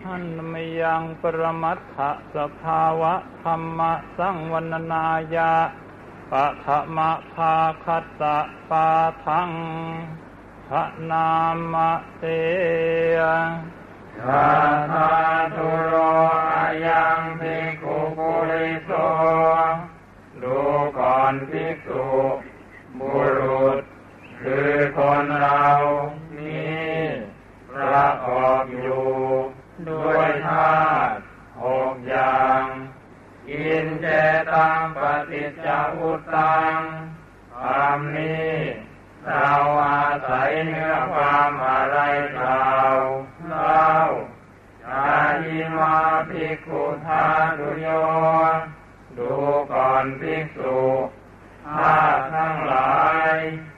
หันมยังปรมัตถสภาวะธรรมสังวรณายะปะทะมะภาคัสสะปาทังทะนามะเตยะถาทุโรอายังภิกขุปุริโสดูก่อนภิกษุบุรุษคือคนเรานี้ประกอบอยู่ด้วยธาตุ6อย่างอินเจตังปฏิจจอุตตังธรรมนี้เราอาศัยเนื้อความอะไรกล่าวเล่าชายิมาภิกขุธาตุโยดูก่อนภิกษุธาตุทั้งหลาย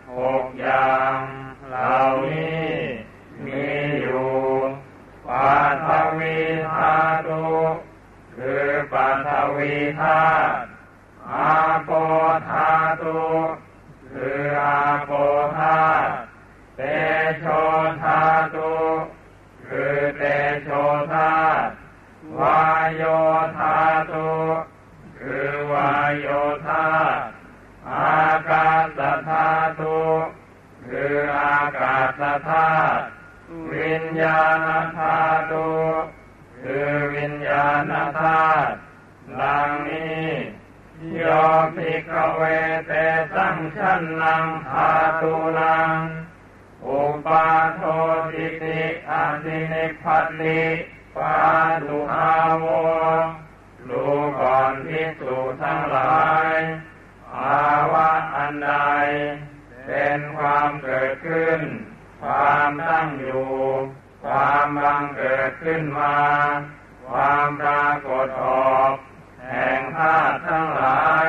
6อย่างเหล่านี้มีอยู่ปาทวีธาตุคือปฐวีธาตุอาโปธาตุคืออาโปธาตุเตโชธาตุคือเตโชธาตุวายโยธาตุคือวายโยธาตุอากาศธาตุคืออากาศธาตุวิญญาณธาตุคือวิญญาณธาตุดังนี้โยภิกขเวเตสังชันนังธาตุนังอุปาโทติติอาทินิพพัตติปาตุหาวดูก่อนภิกษุทั้งหลายภาวะอันใดเป็นความเกิดขึ้นความตั้งอยู่ความบังเกิดขึ้นมาความปรากฏออกแห่งธาตุทั้งหลาย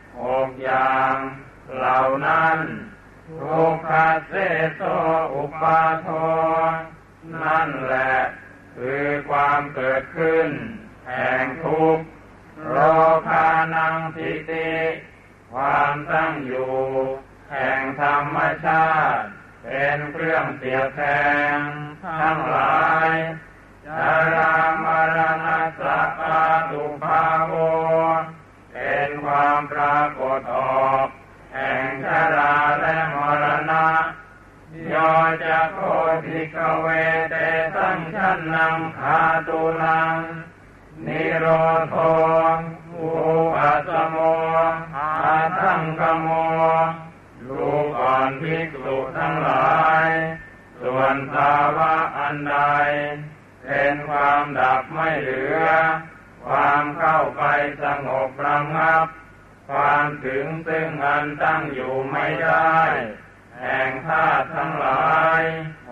6อย่างเหล่านั้นทุกขเสโสอุปาโทนั่นแหละคือความเกิดขึ้นแห่งทุกข์โรคานังทิติความตั้งอยู่แห่งธรรมชาติเป็นเครื่องเสียบแทงทั้งหลายชรามรณะสัพพะตุภาโวเป็นความปรากฏออกแห่งชราและมรณะโยจะโคภิกขเวเตสังชันนังธาตุนังนิโรโธอุปัสสโมอาทังคโมดูก่อนภิกษุทั้งหลายส่วนภาวะอันใดเป็นความดับไม่เหลือความเข้าไปสงบระงับความถึงซึ่งอันตั้งอยู่ไม่ได้แห่งธาตุทั้งหลาย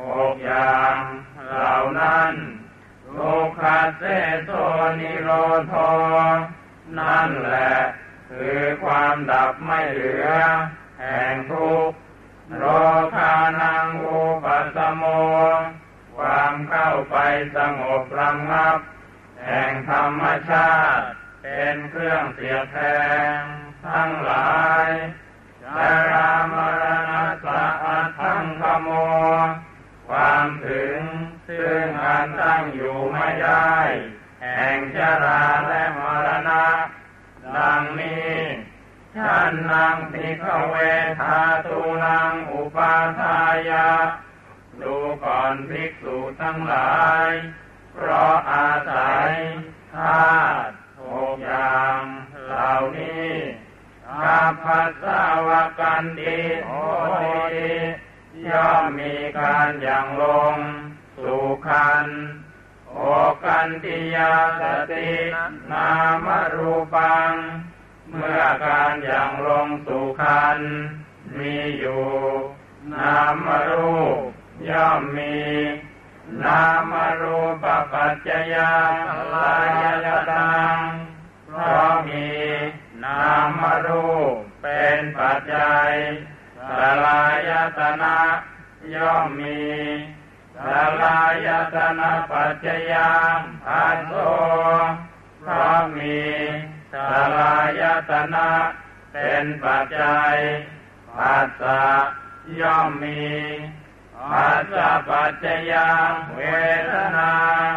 6อย่างเหล่านั้นทุกขเสโสนิโรโธนั่นแหละคือความดับไม่เหลือแห่งทุกข์โรคานังอุปัสสโมความเข้าไปสงบระงับแห่งธรรมชาติเป็นเครื่องเสียแทงทั้งหลายชรามรณะสัพพะทังคโมความถึงซึ่งอันตั้งอยู่ไม่ได้แห่งชราและมรณะดังนี้ชันนังภิกขเวธาตุนังอุปาทายะดูก่อนภิกษุทั้งหลายเพราะอาศัยธาตุ6อย่างเหล่านี้กัปปัสสาวกันติโหติย่อมมีการอย่างลงสู่ขันธ์โอกันติยาสตินามรูปังเมื่อการอย่างลงสู่ขันธ์มีอยู่นามรูปย่อมมีนามรูปปัจจยาลายตังเพราะมีนามรูปเป็นปัจจัยสลายตนะย่อมมีสลายตนะปัจจยาภัสโสเพราะมีสลายตนะเป็นปัจจัยภัสสะย่อมมีภัสสะปัจจยาเวทนาเพ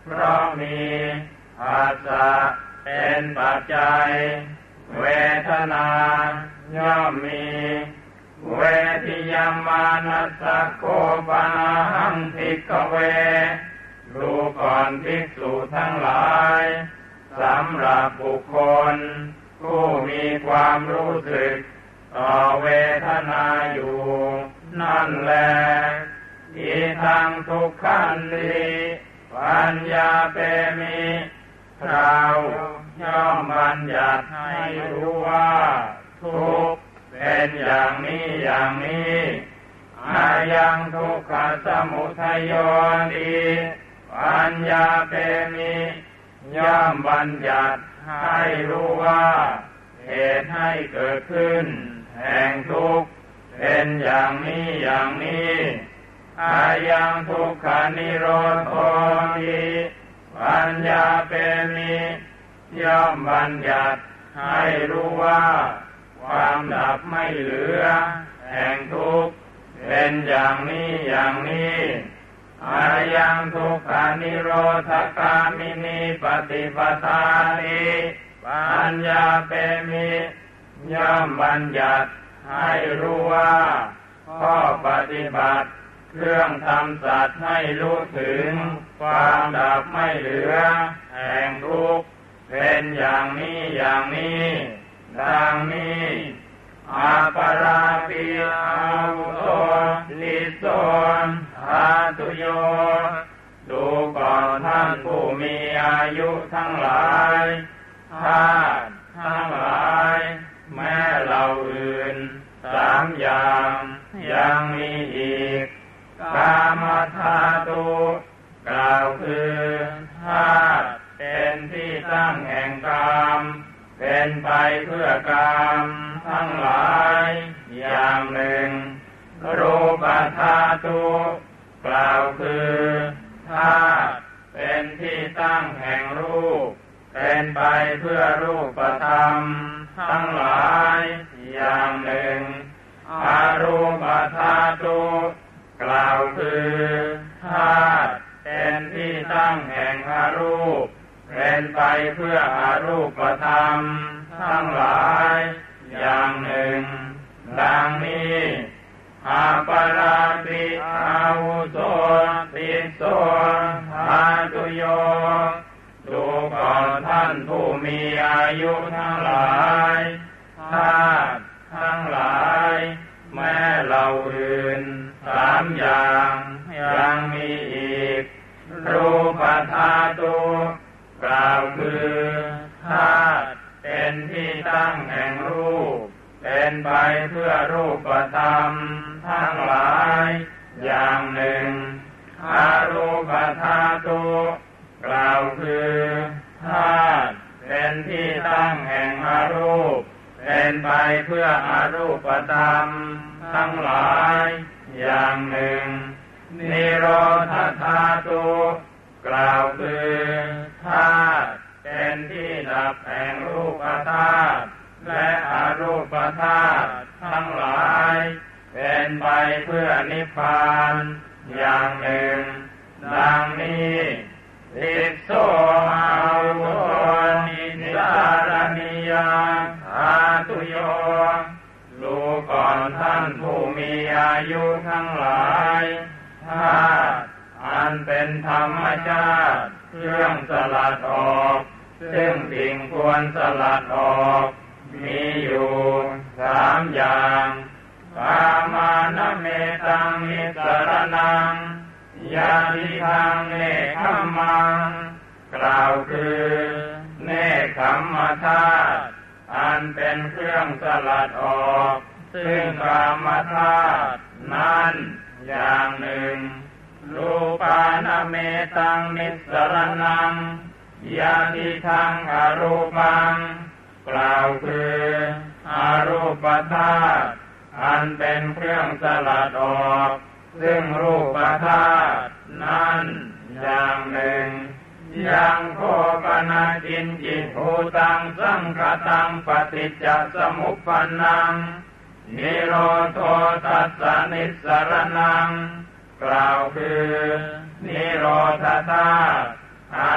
เพราะมีผัสสะเป็นปัจจัยเวทนาย่อมมีเวทิยามานัสสะโคปะนาหังภิกขเวดูก่อนภิกษุทั้งหลายสำหรับบุคคลผู้มีความรู้สึกต่อเวทนาอยู่นั่นแลอีทังทุกขันติปัญญาเปมิเราย่อมบัญญัติให้รู้ว่าทุกข์เป็นอย่างนี้อย่างนี้อายังทุกขสมุทัยโยติปัญญาเปมิย่อมบัญญัติให้รู้ว่าเหตุให้เกิดขึ้นแห่งทุกข์เป็นอย่างนี้อย่างนี้อายังทุกขานิโรธติปัญญาเปมิย่อมบัญญัติให้รู้ว่าความดับไม่เหลือแห่งทุกข์เป็นอย่างนี้อย่างนี้อายังทุกขานิโรธคามินีปฏิปทานิปัญญาเปมิย่อมบัญญัติให้รู้ว่าข้อปฏิบัติเครื่องทำสัตว์ให้รู้ถึงความดับไม่เหลือแห่งทุกข์เป็นอย่างนี้อย่างนี้ดังนี้อาปาราปิอาวุโสลิโสธาตุโยดูก่อนท่านผู้มีอายุทั้งหลายธาตุทั้งหลายแม้เหล่าอื่นสามอย่างยังมีอีกกามธาตุกล่าวคือธาตุเป็นที่ตั้งแห่งกามเป็นไปเพื่อกามทั้งหลายอย่างหนึ่งรูปธาตุกล่าวคือธาตุเป็นที่ตั้งแห่งรูปเป็นไปเพื่อรูปธรรมทั้งหลายอย่างหนึ่งอารูปธาตุกล่าวคือธาตุเป็นที่ตั้งแห่งอารูปเป็นไปเพื่ออารูปธรรมทั้งหลายอย่างหนึ่งดังนี้อาปาราปิอาวุโสติโสธาตุโยดูก่อนท่านผู้มีอายุทั้งหลายธาตุทั้งหลายแม้เหล่าอื่นสามอย่างยังมีอีกรูปธาตุกล่าวคือธาตุเป็นที่ตั้งแห่งรูปเป็นไปเพื่อรูปธรรมทั้งหลายอย่างหนึ่งอารูปธาตุกล่าวคือธาตุเป็นที่ตั้งแห่งอารูปเป็นไปเพื่ออารูปธรรมทั้งหลายอย่างหนึ่งนิโรธธาตุกล่าวคือธาตุเป็นที่ดับแห่งรูปธาตุและอารูปธาตุทั้งหลายเป็นไปเพื่อนิพพานอย่างหนึ่งดังนี้ทิสโสอาวุโสนิสารณิยังธาตุโยดูก่อนท่านผู้มีอายุทั้งหลายธาตุอันเป็นธรรมชาติเครื่องสลัดออกซึ่งสิ่งควรสลัดออกมีอยู่สามอย่างกามานเมตังนิสรณังยาทิทังเนคขมังกล่าวคือเนคขมธาตุอันเป็นเครื่องสลัดออกซึ่งกามธาตุนั้นอย่างหนึ่งรูปานเมตังนิสรณังยาทิทังอรูปังกล่าวคืออารูปธาตุอันเป็นเครื่องสลัดออกซึ่งรูปธาตุนั้นอย่างหนึ่งยังโคปนาจินจิภูตังสังขตังปฏิจจสมุปปนังนิโรโธตัสสะนิสรณังกล่าวคือนิโรธธาตุอั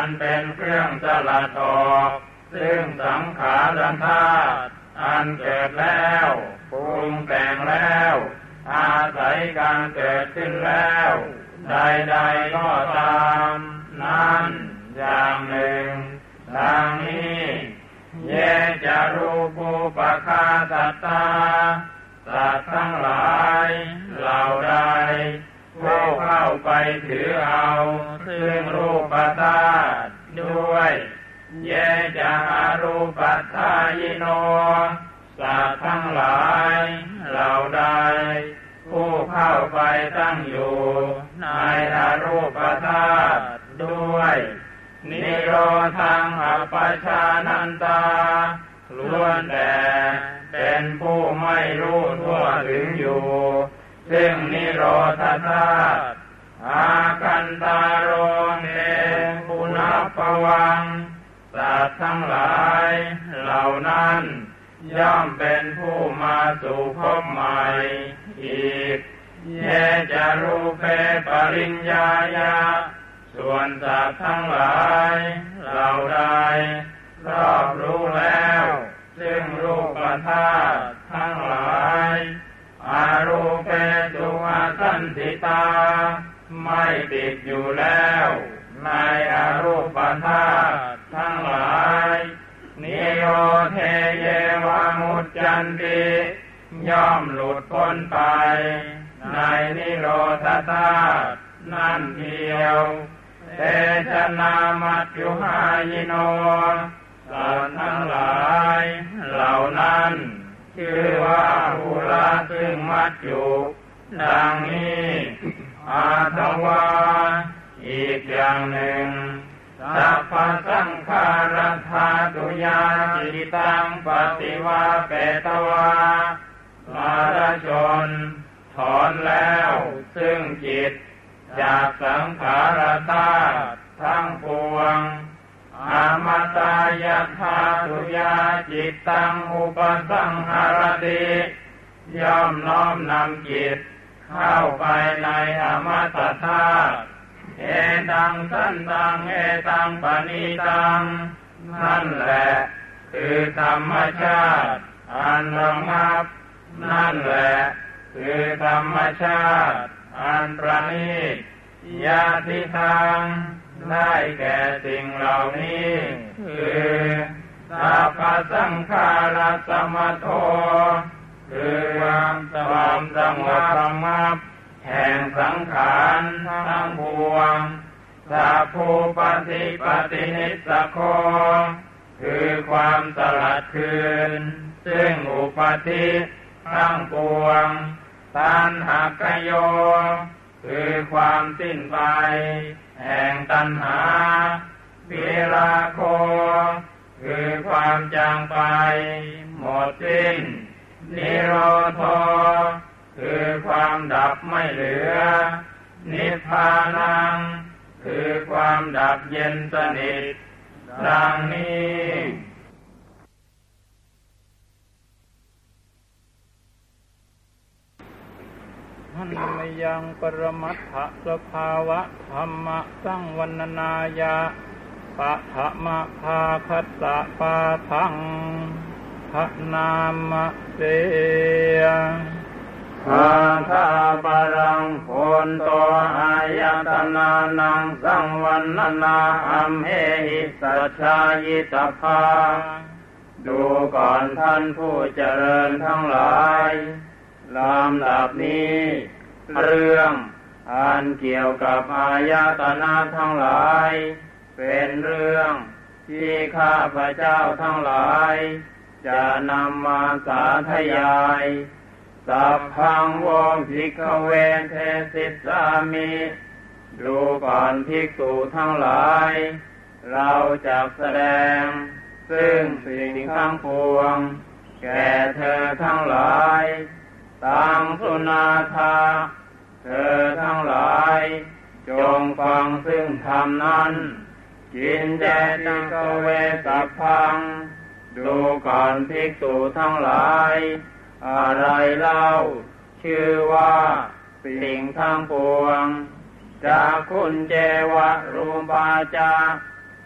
นเป็นเครื่องสลัดออกซึ่งสังขารธาตุอันเกิดแล้วปรุงแต่งแล้วอาศัยการเกิดขึ้นแล้วใดๆก็ตามนั้นอย่างหนึ่งดังนี้เยจะรูปูปคาสัตตาสัตว์ทั้งหลายเหล่าใดผู้เข้าไปถือเอาซึ่งรูปธาตุด้วยเยจะหารูปัฏฐายโนสัตว์ทั้งหลายเหล่าใดผู้เข้าไปตั้งอยู่ในอรูปธาตุด้วยนิโรธังอัปปชานันตาล้วนแต่เป็นผู้ไม่รู้ทั่วถึงอยู่ซึ่งนิโรธธาตุอากันตาโรเนปุณปวังสัตว์ทั้งหลายเหล่านั้นย่อมเป็นผู้มาสู่ภพใหม่อีกเยจะรูเปปริญญายะส่วนสัตว์ทั้งหลายเหล่าใดรอบรู้แล้วซึ่งรูปธาตุทั้งหลายอารูเปสุอาสันติตาไม่ติดอยู่แล้วในอรูปธาตุทั้งหลายนิโรเทเยวามุจจันติย่อมหลุดพ้นไปในนิโรธธาตุนั่นเดียวเตชะนามัจจุหายโนสัตว์ทั้งหลายเหล่านั้นชื่อว่าผู้ละซึ่งมัจจุดังนี้อาทวาอีกอย่างหนึ่งสัพพสังขารธาตุญาจิตังปฏิวาเปตวาสารชนถอนแล้วซึ่งจิตจากสังขารธาตุทั้งปวงอมตายธาตุญาจิตตังอุปสังหารติย่อมน้อมนำจิตเข้าไปในอมตะธาตุเอตังสันตังเอตังปณิตังนั่นแหละคือธรรมชาติอันระงับนั่นแหละคือธรรมชาติอันประณีตญาติทางได้แก่สิ่งเหล่านี้คือสัพพสังขารสมโทคือความสงบระงับแห่งสังขารทั้งปวงสัพพุปฏิปตินิสสโคคือความสลัดคืนซึ่งอุปาทิทั้งปวงตัณหากโยคือความสิ้นไปแห่งตัณหาวิราโคคือความจางไปหมดสิ้นนิโรโธคือความดับไม่เหลือนิพพานังคือความดับเย็นสนิทดังนี้หันมยังปรมัตถสภาวะธรรมสังวรณนายะปะทะมะภาคัสสะปาทังพระนามเสยคาถาปรังโพนโตอายตนานังสังวรณนาอัมเหหิสัจฉายิตภาดูก่อนท่านผู้เจริญทั้งหลายลำดับนี้เรื่องอันเกี่ยวกับอายตนะทั้งหลายเป็นเรื่องที่ข้าพเจ้าทั้งหลายจะนำมาสาธยายสัพพังโวภิกขเวเทศิสามิดูก่อนภิกษุทั้งหลายเราจะแสดงซึ่งสิ่งทั้งปวงแก่เธอทั้งหลายตังสุนาทาเธอทั้งหลายจงฟังซึ่งธรรมนั้นกินเจติกเวสัพพังดูก่อนภิกษุทั้งหลายอะไรเล่าชื่อว่าสิ่งทั้งปวงจากคุณเจวะรูปาจา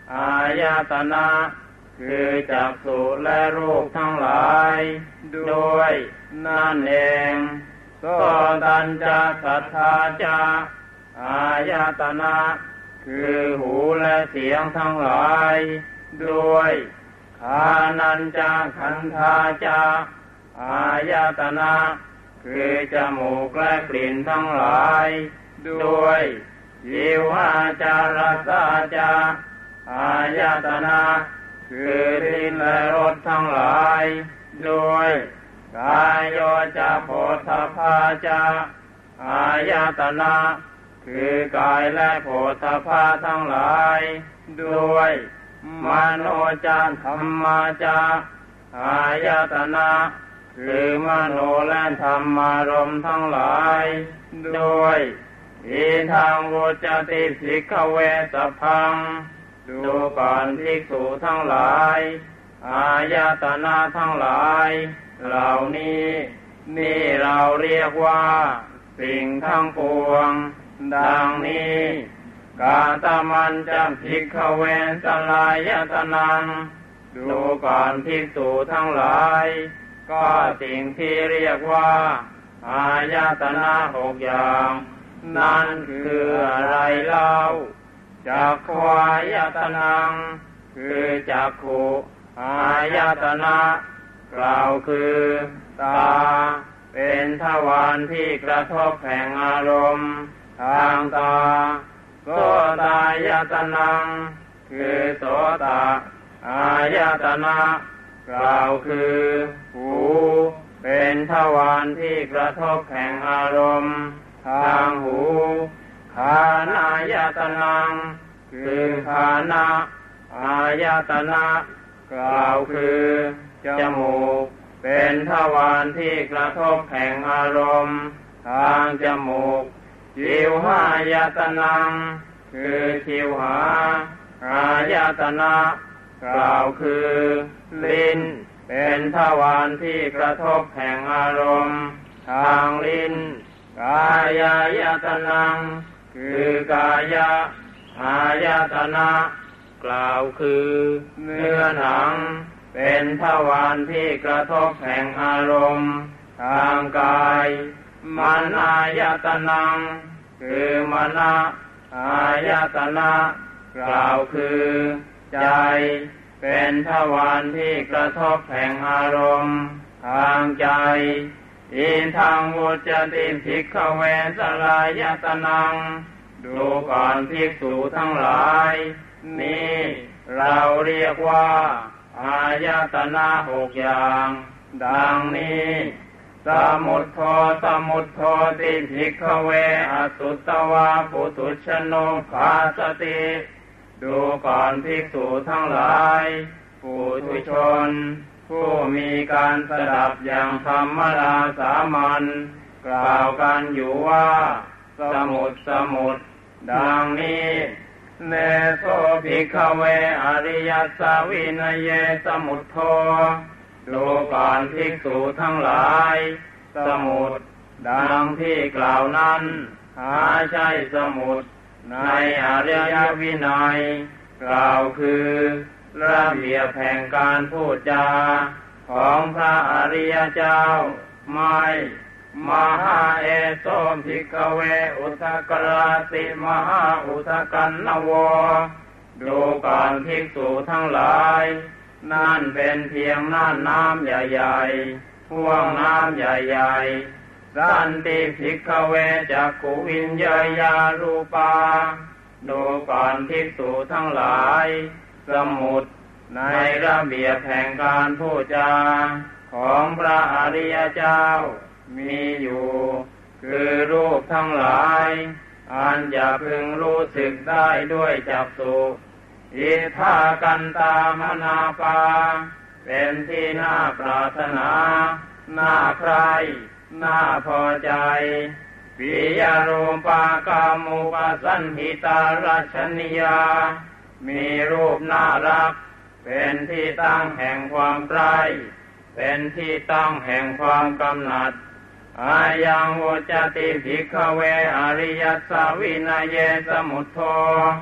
อายตนะคือจักษุและรูปทั้งหลายด้วยนั่นเองโสตัญจสัทธาจาอายตนะคือหูและเสียงทั้งหลายด้วยคานัญจขันธาจาอายตนะคือจมูกและกลิ่นทั้งหลายด้วยยิวหาจารสาจาอายตนะคือลิ้นและรสทั้งหลายด้วยกายโยจะโผฏฐัพพาจาอายตนะคือกายและโผฏฐัพพะทั้งหลายด้วยมโนจารธัมมาจาอายตนะคือมโนและธรรมารมณ์ทั้งหลายด้วยอิทังวุจติภิกขเวสัพพังดูก่อนภิกษุทั้งหลายอายตนะทั้งหลายเหล่านี้นี่เราเรียกว่าสิ่งทั้งปวงดังนี้กาตมันจะภิกขเวสลายตนังดูก่อนภิกษุทั้งหลายก็สิ่งที่เรียกว่าอายตนะหกอย่างนั่นคืออะไรเล่าจักขวายตนังคือจักขุอายตนะกล่าวคือตาเป็นทวารที่กระทบแห่งอารมณ์ทางตาโสตายตนังคือโสตอายตนะกล่าวคือหูเป็นทวารที่กระทบแห่งอารมณ์ทางหูคานายตนังคือคานะอายตนะกล่าวคือจมูกเป็นทวารที่กระทบแห่งอารมณ์ทางจมูกชิวหายตนังคือชิวหาอายตนะกล่าวคือลิ้นเป็นทวารที่กระทบแห่งอารมณ์ทางลิ้นกายายตนังคือกายะอายตนะกล่าวคือเนื้อหนังเป็นทวารที่กระทบแห่งอารมณ์ทางกายมนายตนังคือมนะอายตนะกล่าวคือใจเป็นทวารที่กระทบแห่งอารมณ์ทางใจอิทังวุจติภิกขเวสลายตนังดูก่อนภิกษุทั้งหลายนี้เราเรียกว่าอายตนะหกอย่างดังนี้สมุทโธสมุทโธติภิกขเวอสุตตวาปุถุชโนภาสติดูก่อนภิกษุทั้งหลายปุถุชนผู้มีการสดับอย่างธรรมดาสามัญกล่าวกันอยู่ว่าสมุทดังนี้เนโสภิกขเวอริยัสสวินัยเยสมุทโธดูก่อนภิกษุทั้งหลายสมุทดังที่กล่าวนั้นหาใช่สมุทในอริยวินัยกล่าวคือระเบียบแห่งการพูดจาของพระอริยเจ้าไม่มหาเอโสภิกขเวอุทกราติมหาอุทกันนโวดูก่อนภิกษุทั้งหลายนั่นเป็นเพียงน่านน้ำใหญ่ๆพ่วงน้ำใหญ่ๆสันติภิกขเวจักขุวิญญาณรูปาดูก่อนภิกษุทั้งหลายสมุทในระเบียบแห่งการพูดจาของพระอริยเจ้ามีอยู่คือรูปทั้งหลายอันจะพึงรู้สึกได้ด้วยจักษุอิทธากันตามนาปาเป็นที่น่าปรารถนาน่าใคร่น่าพอใจปิยรูปากามุปสันหิตาราชนิยามีรูปน่ารักเป็นที่ตั้งแห่งความใคร่เป็นที่ตั้งแห่งความกำหนัดอายังวุจติภิกขเวอริยัสสวินัยเยสมุทโธ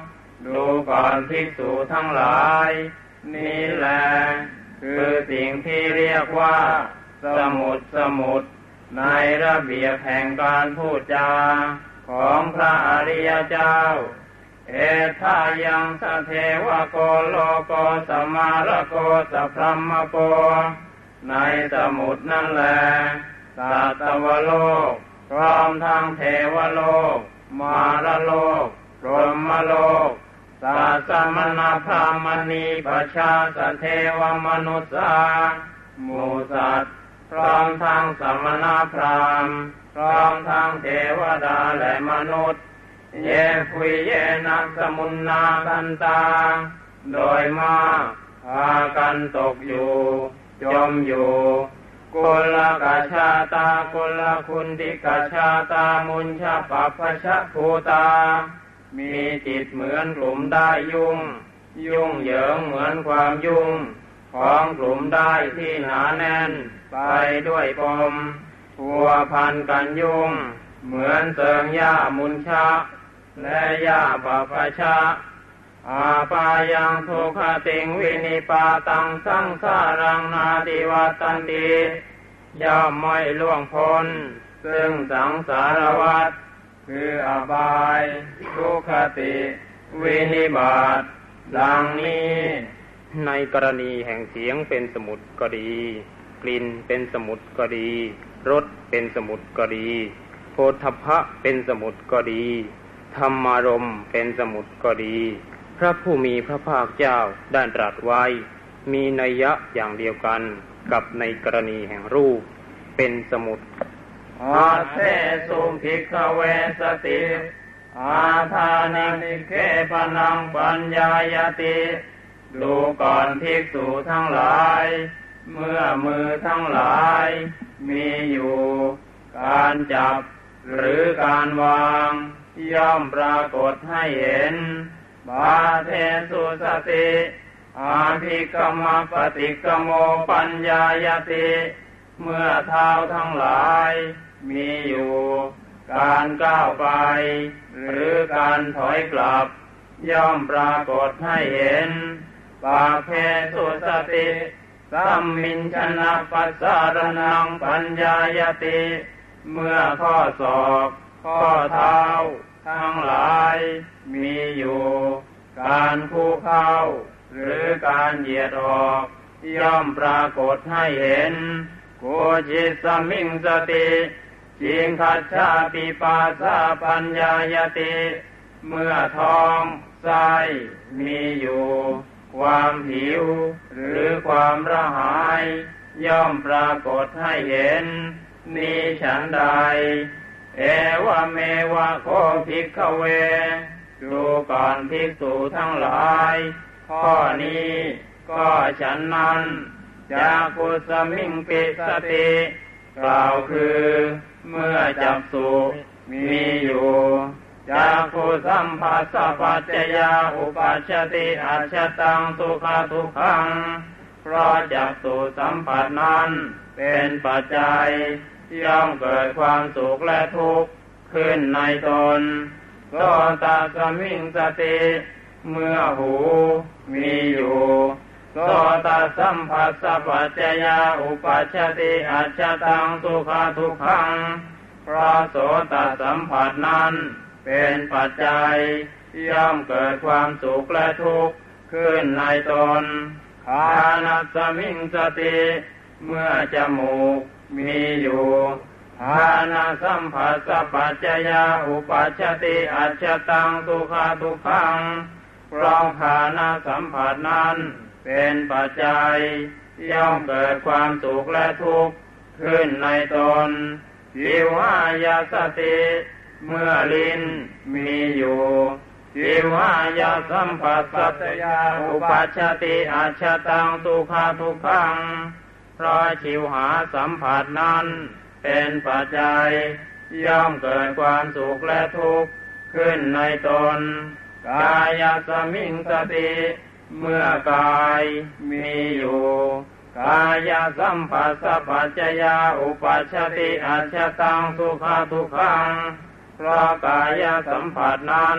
ดูก่อนภิกษุทั้งหลายนี้แลคือสิ่งที่เรียกว่าสมุดในระเบียบแห่งการพูดจาของพระอริยเจ้าเอทายังสเทวโกโลโกสัมมาระโกสัพพมโกในสมุดนั่นแลสัตวโลกพร้อมทั้งเทวโลกมารโลกพรหมโลกสัตตมนาพรามณีประชาสเทวมนุษย์หมู่สัตว์พร้อมทั้งสมณพราหมณ์พร้อมทั้งเทวดาและมนุษย์เยปุยเยนะสมุนนาคันตาโดยมากพากันตกอยู่จมอยู่กุลกชาตากุลคุณติกชาตามุญชาปัพชะภูตามีจิตเหมือนกลุ่มได้ยุ่งเหยิงเหมือนความยุ่งของกลุ่มได้ที่หนาแน่นไปด้วยปมพัวพันกันยุ่งเหมือนเสิงหญ้ามุญชะและหญ้าปัพชะอาปายังทุกขติงวินิปาตังสังสารังนาติวัตันติย่อมไม่ล่วงพ้นซึ่งสังสารวัฏคืออบายทุกขติวินิบาตดังนี้ในกรณีแห่งเสียงเป็นสมุดก็ดีกลิ่นเป็นสมุดก็ดีรสเป็นสมุดก็ดีโผฏฐัพพะเป็นสมุดก็ดีธรรมารมณ์เป็นสมุดก็ดีพระผู้มีพระภาคเจ้าได้ตรัสไว้มีนัยยะอย่างเดียวกันกับในกรณีแห่งรูปเป็นสมุดอาเทสุภิกขเวสติอาทานิเคปนังปัญญายติดูก่อนภิกษุทั้งหลายเมื่อมือทั้งหลายมีอยู่การจับหรือการวางย่อมปรากฏให้เห็นบาเทสุสติอาภิกขมปฏิกโมปัญญายติเมื่อเท้าทั้งหลายมีอยู่การก้าวไปหรือการถอยกลับย่อมปรากฏให้เห็นปาเพสุสติสัมมิญชนะปัสสารนังปัญญายติเมื่อข้อศอกข้อเท้าทั้งหลายมีอยู่การคู่เข้าหรือการเหยียดออกย่อมปรากฏให้เห็นโกจิสมิงสติจิงคัจฉาปิปาสาปัญญายติเมื่อท้องไส้มีอยู่ความหิวหรือความระหายย่อมปรากฏให้เห็นนี้ฉันใดเอวเมวะโคภิกขเวดูก่อนภิกษุทั้งหลายข้อนี้ก็ฉันนั้นจากกุสมิงปิสติกล่าวคือเมื่อจักษุมีอยู่จากกุสัมภัสสะปัจจยาอุปัชชติอัจฉตังสุขทุกขังเพราะจักษุสัมผัสนั้นเป็นปัจจัยย่อมเกิดความสุขและทุกข์ขึ้นในตนโสตสมิงสติเมื่อหูมีอยู่โสตสัมภัสสะปัจจยาอุปัชชติอัจฉตังสุขทุกขังเพราะโสตสัมผัสนั้นเป็นปัจจัยย่อมเกิดความสุขและทุกข์ขึ้นในตนคานัสมิงสติเมื่อจมูกมีอยู่คานาสัมภัสสะปัจจยาอุปัชชติอัจฉตังสุขทุกขังเพราะคานาสัมผัสนั้นเป็นปัจจัยย่อมเกิดความสุขและทุกข์ขึ้นในตนจิวหายาสติเมื่อลิ้นมีอยู่จิวหายาสัมภัสสะยาอุปัชชติอัจฉตังสุขทุกขังเพราะจิวหาสัมผัสนั้นเป็นปัจจัยย่อมเกิดความสุขและทุกข์ขึ้นในตนกายสมิงสติเมื่อกายมีอยู่กายสัมภัสสะปัจจยาอุปัชชติอัจฉตังสุขทุกขังเพราะกายสัมผัสนั้น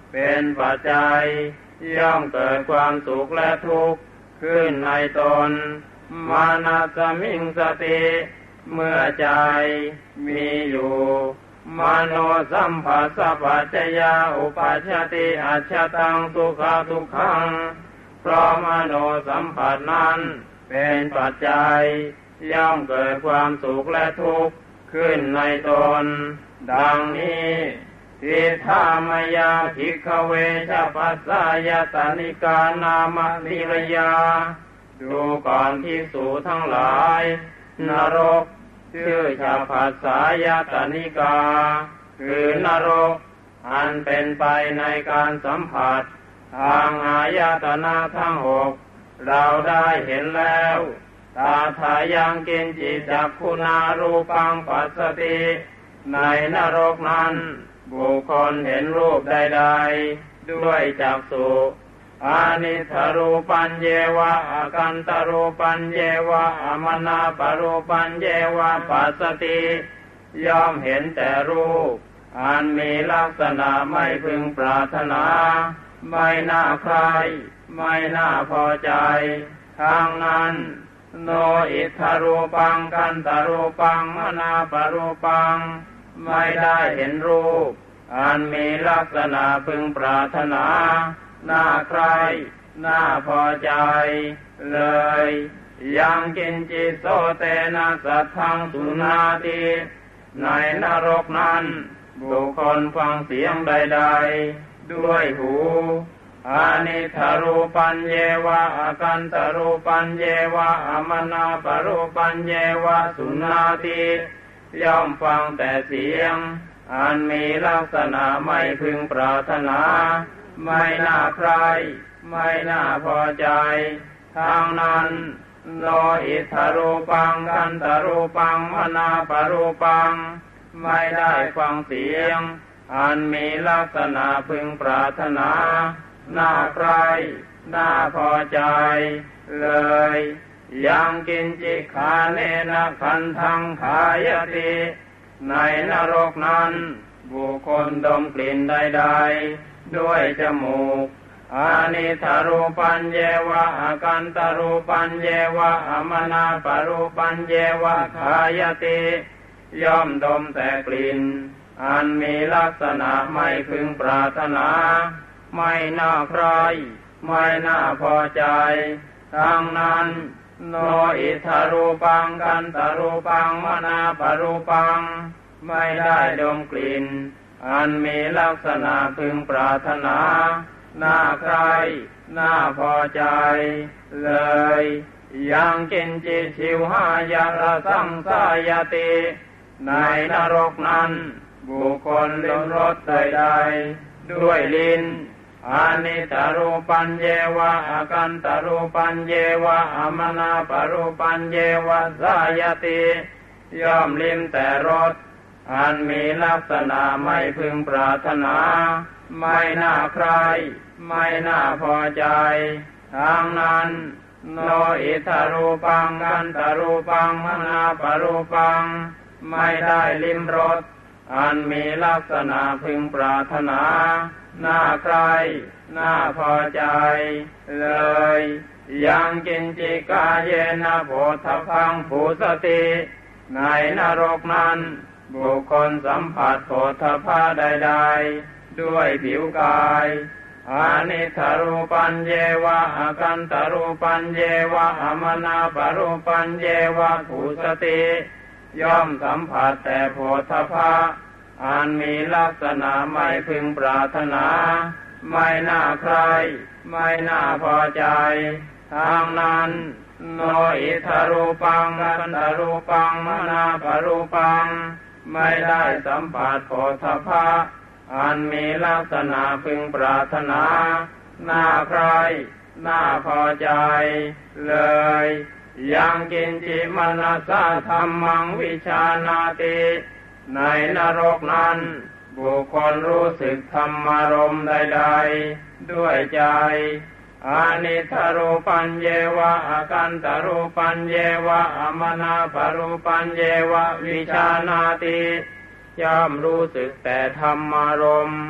เป็นปัจจัยย่อมเกิดความสุขและทุกข์ขึ้นในตนมานะสมิงสติเมื่อใจมีอยู่มโนสัมผัสปัจจยาอุปัชฌติอัจฉตังทุกขทุกขังเพราะมโนสัมผัสนั้นเป็นปัจจัยย่อมเกิดความสุขและทุกข์ขึ้นในตนดังนี้ทิฏฐามยาภิกขเวชปัสสายตานิกานามนิรยาดูก่อนภิกษุทั้งหลายนรกชื่อชาภัสสายตานิกาคือนรกอันเป็นไปในการสัมผัสทางอายตนะทั้งหกเราได้เห็นแล้วตาทายังกินจิจักขุนารูปังปัสสติในนรกนั้นบุคคลเห็นรูปใดๆด้วยจักษุอานิทรูปัญเยวะอากันตรูปัญเยวะอมนาปรูปัญเยวะปัสสติย่อมเห็นแต่รูปอันมีลักษณะไม่พึงปรารถนาไม่น่าใคร่ไม่น่าพอใจทางนั้นโนอิทธรูปังกันตรูปังมนาปรูปังไม่ได้เห็นรูปอันมีลักษณะพึงปรารถนาน่าใคร่น่าพอใจเลยยังกินจิโสเตนะสัทธังสุนาติในนรกนั้นบุคคลฟังเสียงใดๆด้วยหูอานิทรูปัญเยวะอากันตรูปัญเยวะอมนาปรูปัญเยวะสุนาติย่อมฟังแต่เสียงอันมีลักษณะไม่พึงปรารถนาไม่น่าใคร่ไม่น่าพอใจทางนั้นโนอิทธรูปังกันตรูปังมนาปรูปังไม่ได้ฟังเสียงอันมีลักษณะพึงปรารถนาน่าใคร่น่าพอใจเลยยังกินจิขาเนนะขันธังขายติในนรกนั้นบุคคลดมกลิ่นใดๆด้วยจมูกอานิทรูปัญเยวะอากันตรูปัญเยวะอมนาปรูปัญเยวะขายติย่อมดมแต่กลิ่นอันมีลักษณะไม่พึงปรารถนาไม่น่าใคร่ไม่น่าพอใจทางนั้นโนอิทธรูปังกันตรูปังมนาปรูปังไม่ได้ดมกลิ่นอันมีลักษณะพึงปรารถนาน่าใคร่น่าพอใจเลยยังกินจิชิวหายะระสังสายติในนรกนั้นบุคคลลิ้มรสใดๆด้วยลิ้นอานิทรูปัญเยวะอากันตรูปัญเยวะอมนาปรูปัญเยวะสายติย่อมลิ้มแต่รสอันมีลักษณะไม่พึงปรารถนาไม่น่าใคร่ไม่น่าพอใจทางนั้นโนอิทธรูปังกันตรูปังมนาปรูปังไม่ได้ลิ้มรสอันมีลักษณะพึงปรารถนาน่าใคร่น่าพอใจเลยยังกินจิกาเยนะโพธพังภูสติในนรกนั้นบุคคลสัมผัสโผฏฐัพพะใดๆด้วยผิวกายอานิทรูปัญเยวะอากันตรูปัญเยวะอมนาปรูปัญเยวะภูสติย่อมสัมผัสแต่โผฏฐัพพะอันมีลักษณะไม่พึงปรารถนาไม่น่าใคร่ไม่น่าพอใจทางนั้นโนอิทธรูปังกันตรูปังมนาปรูปังไม่ได้สัมผัสโผฏฐัพพะอันมีลักษณะพึงปรารถนาน่าใคร่น่าพอใจเลยยังกินจิมนัสสะธัมมังวิชานาติในนรกนั้นบุคคลรู้สึกธรรมารมณ์ใดๆด้วยใจอานิทรูปัญเยวะอากันตรูปัญเยวะอมนาปรูปัญเยวะวิชานาติย่อมรู้สึกแต่ธรรมารมณ์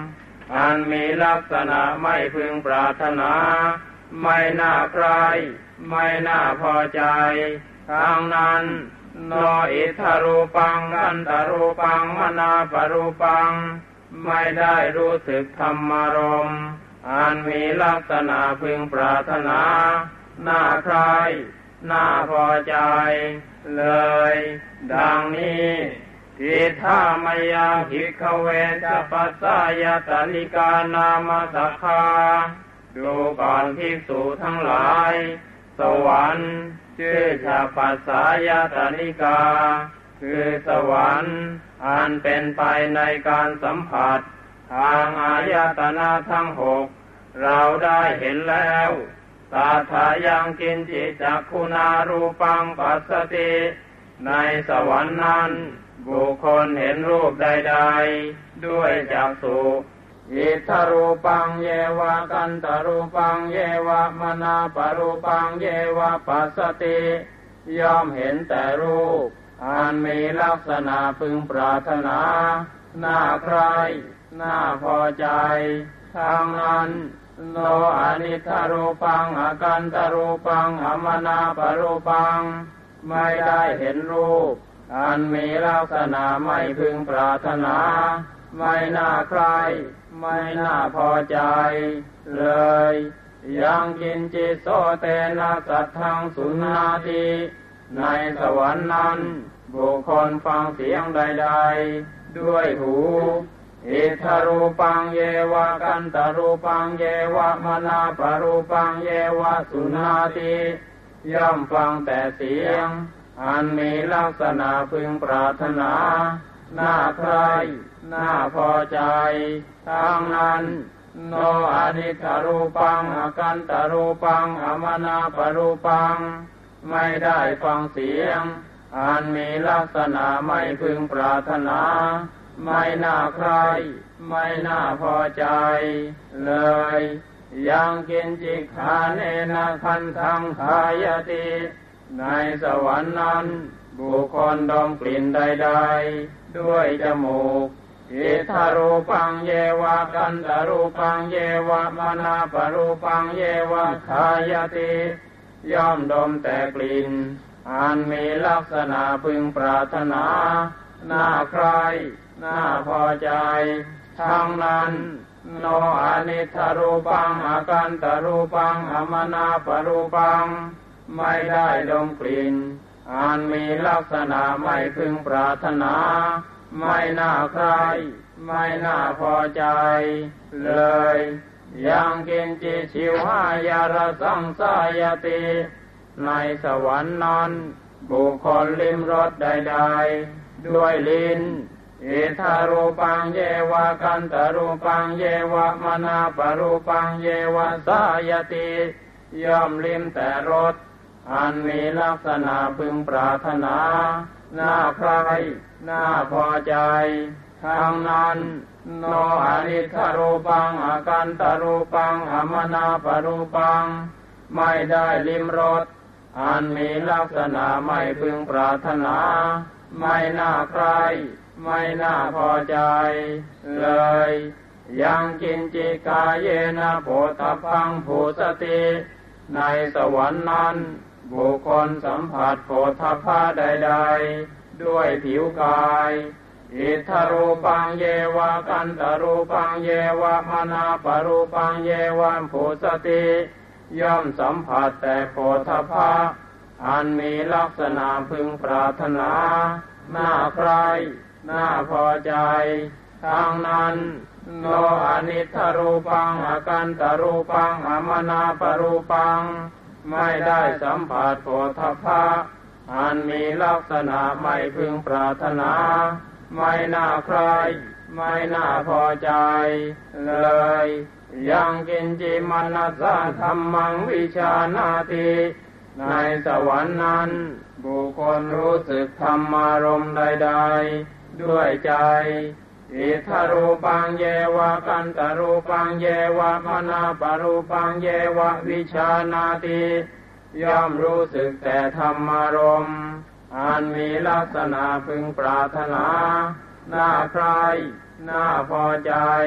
อันมีลักษณะไม่พึงปรารถนาไม่น่าใคร่ไม่น่าพอใจทั้งนั้นโนอิทธารูปังกันตรูปังมนาปรูปังไม่ได้รู้สึกธรรมารมณ์อันมีลักษณะพึงปรารถนาน่าใคร่น่าพอใจเลยดังนี้ทิฏฐามยังภิกขเวจะปัสสายตนิกานามสัคคาดูก่อนภิกษุทั้งหลายสวรรค์ชื่อชาปัสสายตนิกาคือสวรรค์อันเป็นไปในการสัมผัสทางอายตนะทั้งหกเราได้เห็นแล้วตถายังกินจิจักขุนารูปังปัสสติในสวรรค์นั้นบุคคลเห็นรูปใดๆด้วยจักษุอิทธารูปังเยวะกันตรูปังเยวะมนาปรูปังเยวะปัสสติย่อมเห็นแต่รูปอันมีลักษณะพึงปรารถนาน่าใคร่น่าพอใจทั้งนั้นโนอนิทธารูปังอกันตรูปังอมนาปรูปังไม่ได้เห็นรูปอันมีลักษณะไม่พึงปรารถนาไม่น่าใคร่ไม่น่าพอใจเลยยังกินจิโสเตนะสัทธังสุนาติในสวรรค์นั้นบุคคลฟังเสียงใดๆด้วยหูอิทธารูปังเยวะกันตรูปังเยวะมนาปรูปังเยวะสุนาติย่อมฟังแต่เสียงอันมีลักษณะพึงปรารถนาน่าใคร่น่าพอใจทั้งนั้นโนอนิทธารูปังอกันตรูปังอมนาปรูปังไม่ได้ฟังเสียงอันมีลักษณะไม่พึงปรารถนาไม่น่าใคร่ไม่น่าพอใจเลยยังกินจิขาเนนะคันทังขายติในสวรรค์นั้นบุคคลดมกลิ่นใดๆด้วยจมูกอิทธารูปังเยวะกันตรูปังเยวะมนาปรูปังเยวะขายติย่อมดมแต่กลิ่นอันมีลักษณะพึงปรารถนาน่าใคร่น่าพอใจทั้งนั้นโนอนิทธารูปังอกันตรูปังอมนาปรูปังไม่ได้ดมกลิ่นอันมีลักษณะไม่พึงปรารถนาไม่น่าใคร่ไม่น่าพอใจเลยยังกินจิชิวหายารสังสายติในสวรรค์นั้นบุคคลลิ้มรสใดๆด้วยลิ้นอิทธารูปังเยวะกันตรูปังเยวะมนาปรูปังเยวะสายติย่อมลิ้มแต่รสอันมีลักษณะพึงปรารถนาน่าใคร่น่าพอใจทั้งนั้นโนอนิทธารูปังอกันตรูปังอมนาปรูปังไม่ได้ลิ้มรสอันมีลักษณะไม่พึงปรารถนาไม่น่าใคร่ไม่น่าพอใจเลยยังกินจิกายเยนะโพธพังภูสติในสวรรค์นั้นบุคคลสัมผัสโผฏฐัพพะใดๆด้วยผิวกายอิทธารูปังเยวะกันตรูปังเยวะมนาปรูปังเยวะภูสติย่อมสัมผัสแต่โผฏฐัพพะอันมีลักษณะพึงปรารถนาน่าใคร่น่าพอใจทั้งนั้นโนอนิทธารูปังอกันตรูปังอมนาปรูปังไม่ได้สัมผัสโผฏฐัพพะอันมีลักษณะไม่พึงปรารถนาไม่น่าใคร่ไม่น่าพอใจเลยยังกินจิมนัสสะธัมมังวิชานาติในสวรรค์นั้นบุคคลรู้สึกธรรมารมณ์ใดๆด้วยใจอิทธารูปังเยวะกันตรูปังเยวะมนาปรูปังเยวะวิชานาติย่อมรู้สึกแต่ธรรมารมณ์อันมีลักษณะพึงปรารถนาน่าใคร่น่าพอใจ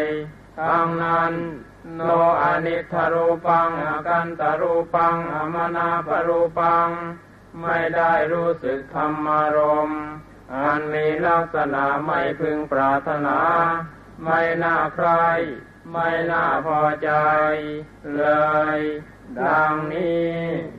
ทั้งนั้นโนอนิจจรูปังอกันตรูปังอมนาปรูปังไม่ได้รู้สึกธรรมารมณ์อันมีลักษณะไม่พึงปรารถนาไม่น่าใคร่ไม่น่าพอใจเลยดังนี้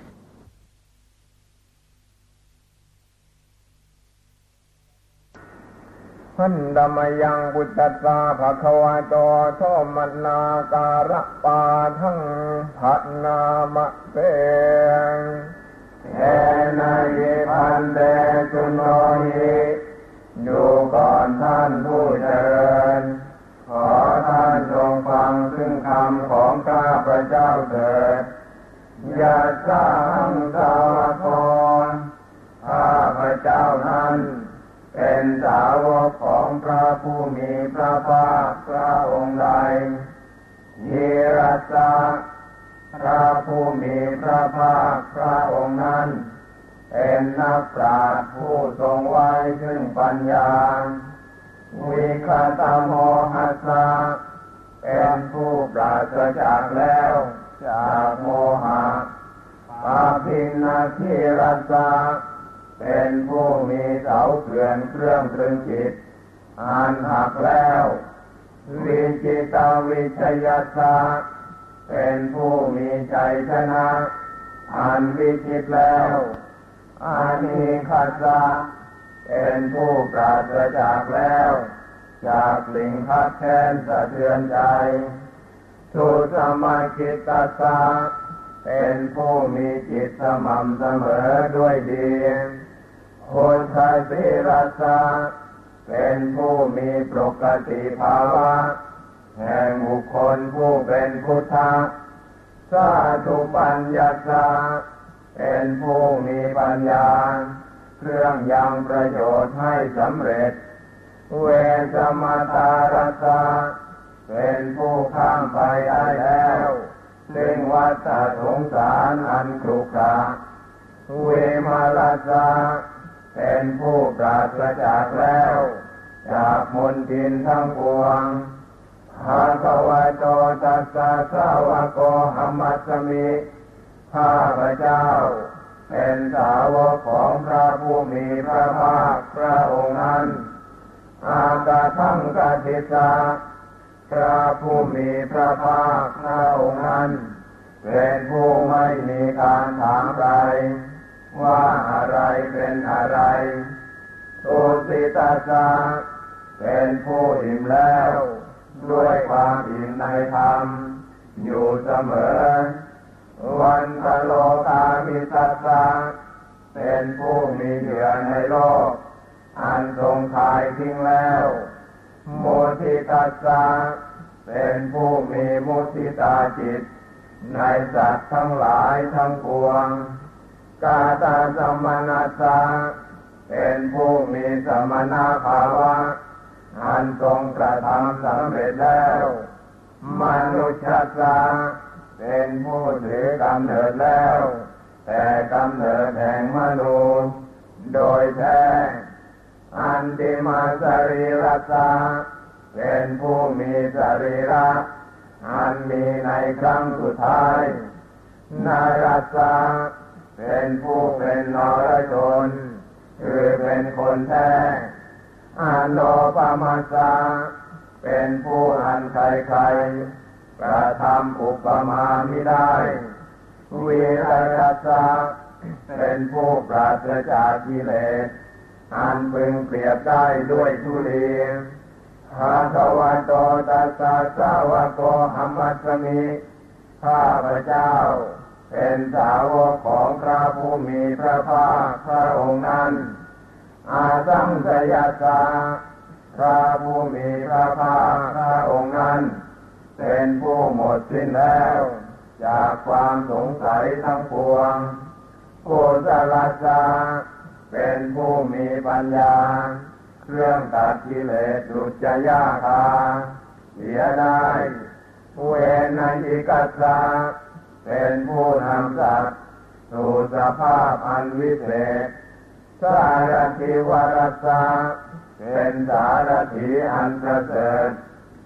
หันดมยังพุทธัสสะภะคะวะโตโธมนาการะปาทังภะนามะเตเอนะยิพันเตจุโนหิดูก่อนท่านผู้เจริญขอท่านจงฟังซึ่งคำของข้าพระเจ้าเถิดยะสังสาวกข้าพระเจ้านั้นเป็นสาวกของพระผู้มีพระภาคพระองค์ใดยิรัสสะพระผู้มีพระภาคพระองค์นั้นเป็นนักปราชญ์ผู้ทรงไว้ซึ่งปัญญาวิคตโมหัสสะเป็นผู้ปราศจากแล้วจากโมหะปาภินนาทิรัสสะเป็นผู้มีเสาเขื่อนเครื่องตรึงจิตอันหักแล้ววิจิตวิชยัสสะเป็นผู้มีชัยชนะอันวิจิตแล้วอานิคัสสะเป็นผู้ปราศจากแล้วจากสิ่งคับแค้นสะเทือนใจทุสมาคิตตัสสะเป็นผู้มีจิตสม่ำเสมอด้วยดีโหทัสสิรัสสะเป็นผู้มีปกติภาวะแห่งบุคคลผู้เป็นพุทธะสาธุปัญญาสะเป็นผู้มีปัญญาเครื่องยังประโยชน์ให้สำเร็จเวสมตารัสสะเป็นผู้ข้ามไปได้แล้วซึ่งวัฏสงสารอันขรุขระเวมาลัสสะเป็นผู้ปราศจากแล้วจากมลทินทั้งปวงภะคะวะโตตัสสะสาวะโกหัมมัสสมิข้าพระเจ้าเป็นสาวกของพระผู้มีพระภาคพระองค์นั้นอากาถังกติสะพระผู้มีพระภาคพระองค์นั้นเป็นผู้ไม่มีการถามใครว่าอะไรเป็นอะไรตุสิตาสะเป็นผู้อิ่มแล้วด้วยความอิ่มในธรรมอยู่เสมอวันตโลกามิตัสสะเป็นผู้มีเหยื่อในโลกอันทรงขายทิ้งแล้วโมทิตัสสะเป็นผู้มีมุทิตาจิตในสัตว์ทั้งหลายทั้งปวงกาตาสัมมนัสสะเป็นผู้มีสมณภาวะอันทรงกระทำสำเร็จแล้วมนุษย์สะเป็นผู้ถือกำเนิดแล้วแต่กำเนิดแห่งมนุษย์โดยแท้อันติมาสรีรัสสะเป็นผู้มีสรีระอันมีในครั้งสุดท้ายนารัสสะเป็นผู้เป็นนรชนคือเป็นคนแท้อโนปมัสสะเป็นผู้อันใครๆกระทำอุปมามิได้วิรัยสะเป็นผู้ปราศจากกิเลสอันพึงเปรียบได้ด้วยทุลีภะคะวะโตตัสสะสาวะโกหัมมัสสมิข้าพระเจ้าเป็นสาวกของพระผู้มีพระภาคพระองค์นั้นอาสังสยัสสะพระผู้มีพระภาคพระองค์นั้นเป็นผู้หมดสิ้นแล้วจากความสงสัยทั้งปวงกุศลสะเป็นผู้มีปัญญาเครื่องตัดกิเลสดุจยาคาเสียได้เวนัยิกัสสะเป็นผู้นำสัตว์สู่สภาพอันวิเศษสารถิวรัสสะเป็นสารถีอันประเสริฐ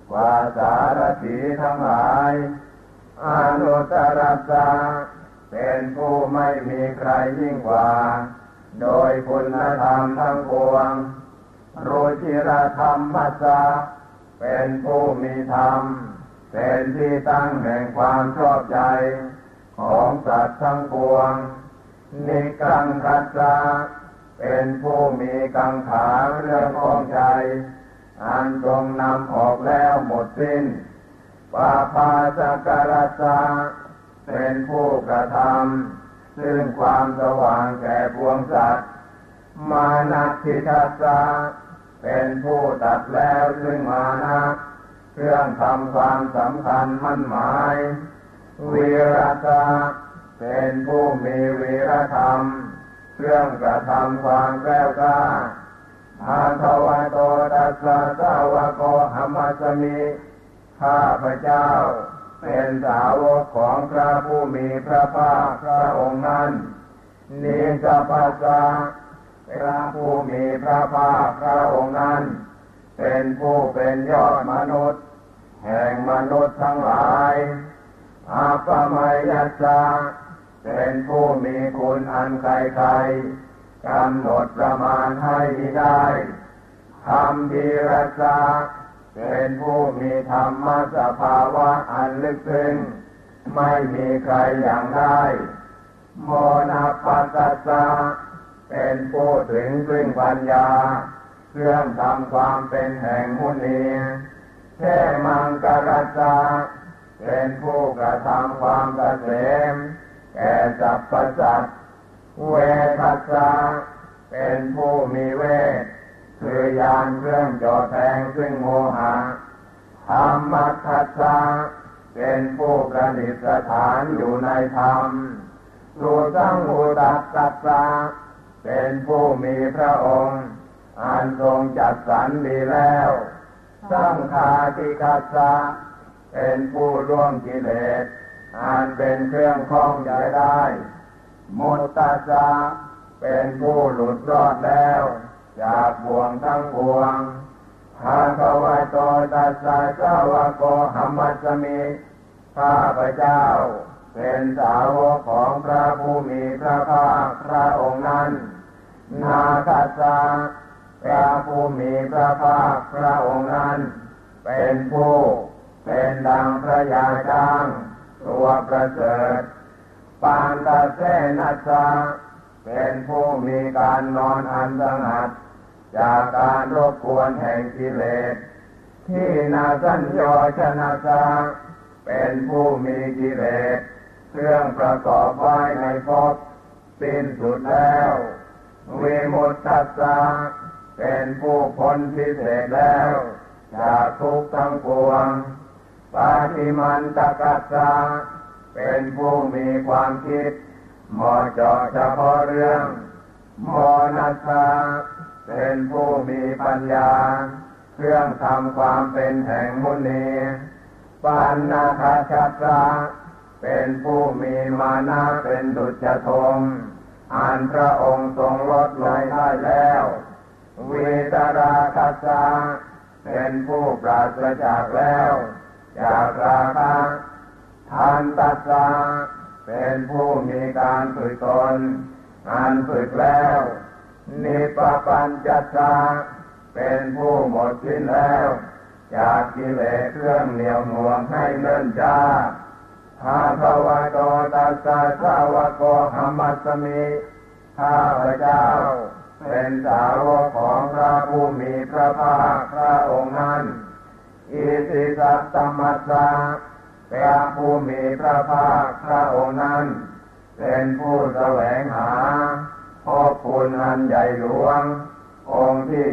กว่าสารถีทั้งหลายอนุตตรัสสะเป็นผู้ไม่มีใครยิ่งกว่าโดยคุณธรรมทั้งปวงรุจิรธรรมัสสะเป็นผู้มีธรรมเป็นที่ตั้งแห่งความชอบใจของสัตว์ทั้งปวงนิกังคัสสะเป็นผู้มีกังขาเรื่องของใจอันทรงนำออกแล้วหมดสิ้นปาปาสักการัสสะเป็นผู้กระทำซึ่งความสว่างแก่ปวงสัตว์มานัตถิทัสสะเป็นผู้ตัดแล้วซึ่งมานะเครื่องทำความสำคัญมั่นหมายวีรัสสะเป็นผู้มีวีรธรรมเครื่องกระทำความแกล้วกล้าภควโตตัสสะสาวกโกหัมมัสสมิข้าพเจ้าเป็นสาวกของพระผู้มีพระภาคพระองค์นั้นนิสัพพะสะพระผู้มีพระภาคพระองค์นั้นเป็นผู้เป็นยอดมนุษย์แห่งมนุษย์ทั้งหลายอัปปมัยยัสสะเป็นผู้มีคุณอันไกลๆกำหนดประมาณให้มิได้คัมภีรัสสะเป็นผู้มีธรรมสภาวะอันลึกซึ้งไม่มีใครอย่างได้โมนะปัสสัสสะเป็นผู้ถึงซึ่งปัญญาเครื่องทำความเป็นแห่งมุนีเทมังกรัสสะเป็นผู้กระทำความเกษมแก่สรรพสัตว์เวทัสสะเป็นผู้มีเวทคือยานเครื่องเจาะแทงซึ่งโมหะธรรมัสสัสสะเป็นผู้ประดิษฐานอยู่ในธรรมสุสังหุตัสสัสสะเป็นผู้มีพระองค์อันทรงจัดสรรดีแล้วสังฆาติกัสสะเป็นผู้ล่วงกิเลสอันเป็นเครื่องข้องใจได้มุตตัสสะเป็นผู้หลุดรอดแล้วจากบ่วงทั้งปวงภควโตตัสสะสาวกโกหัมมัสสมิข้าพเจ้าเป็นสาวกของพระผู้มีพระภาคพระองค์นั้นนาคัสสะพระผู้มีพระภาคพระองค์นั้นเป็นผู้เป็นดังพระยาช้างตัวประเสริฐปานตาเสนัสสะเป็นผู้มีการนอนอันสงัดจากการรบกวนแห่งกิเลสที่นาสัญโยชนะสะเป็นผู้มีกิเลสเครื่องประกอบไว้ในภพสิ้นสุดแล้ววิมุตตัสสะเป็นผู้พ้นพิเศษแล้วจากทุกข์ทั้งปวงปาฏิมันตกัสสะเป็นผู้มีความคิดเหมาะเจาะเฉพาะเรื่องโมนัสสะเป็นผู้มีปัญญาเครื่องทำความเป็นแห่งมุนีปัณณคาชัสสะเป็นผู้มีมานะเป็นดุจธงอันพระองค์ทรงลดลงได้แล้ววิตราคัสสะเป็นผู้ปราศจากแล้วจากราคะทันตัสสะเป็นผู้มีการฝึกตนอันฝึกแล้วนิปปัญจัสสะเป็นผู้หมดสิ้นแล้วจากกิเลสเครื่องเหนี่ยวหน่วงให้เนิ่นช้าภควโตตัสสะสาวกโกหัมมัสสมิข้าพเจ้าเป็นสาวกของพระผู้มีพระภาคพระองค์นั้นอิติสัตตมัสสะพระผู้มีพระภาคพระองค์นั้นเป็นผู้แสวงหาภพคุณอันใหญ่หลวงองค์ที่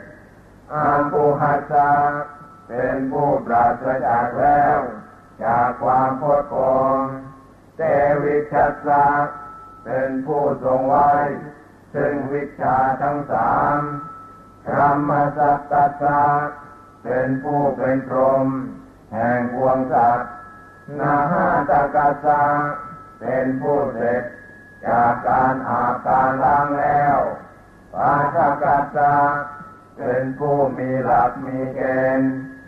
7อาภูหัสสะเป็นผู้ปราศจากแล้วจากความโคตรโกงเตวิชัสสะเป็นผู้ทรงไว้ซึ่งวิชาทั้ง3ธรรมสัตตัสสะเป็นผู้เป็นพรหมแห่งพวงสัตว์นาหาตกัสสะเป็นผู้เสร็จจากการอาบการล้างแล้วปาทกัสสะเป็นผู้มีหลักมีเกณฑ์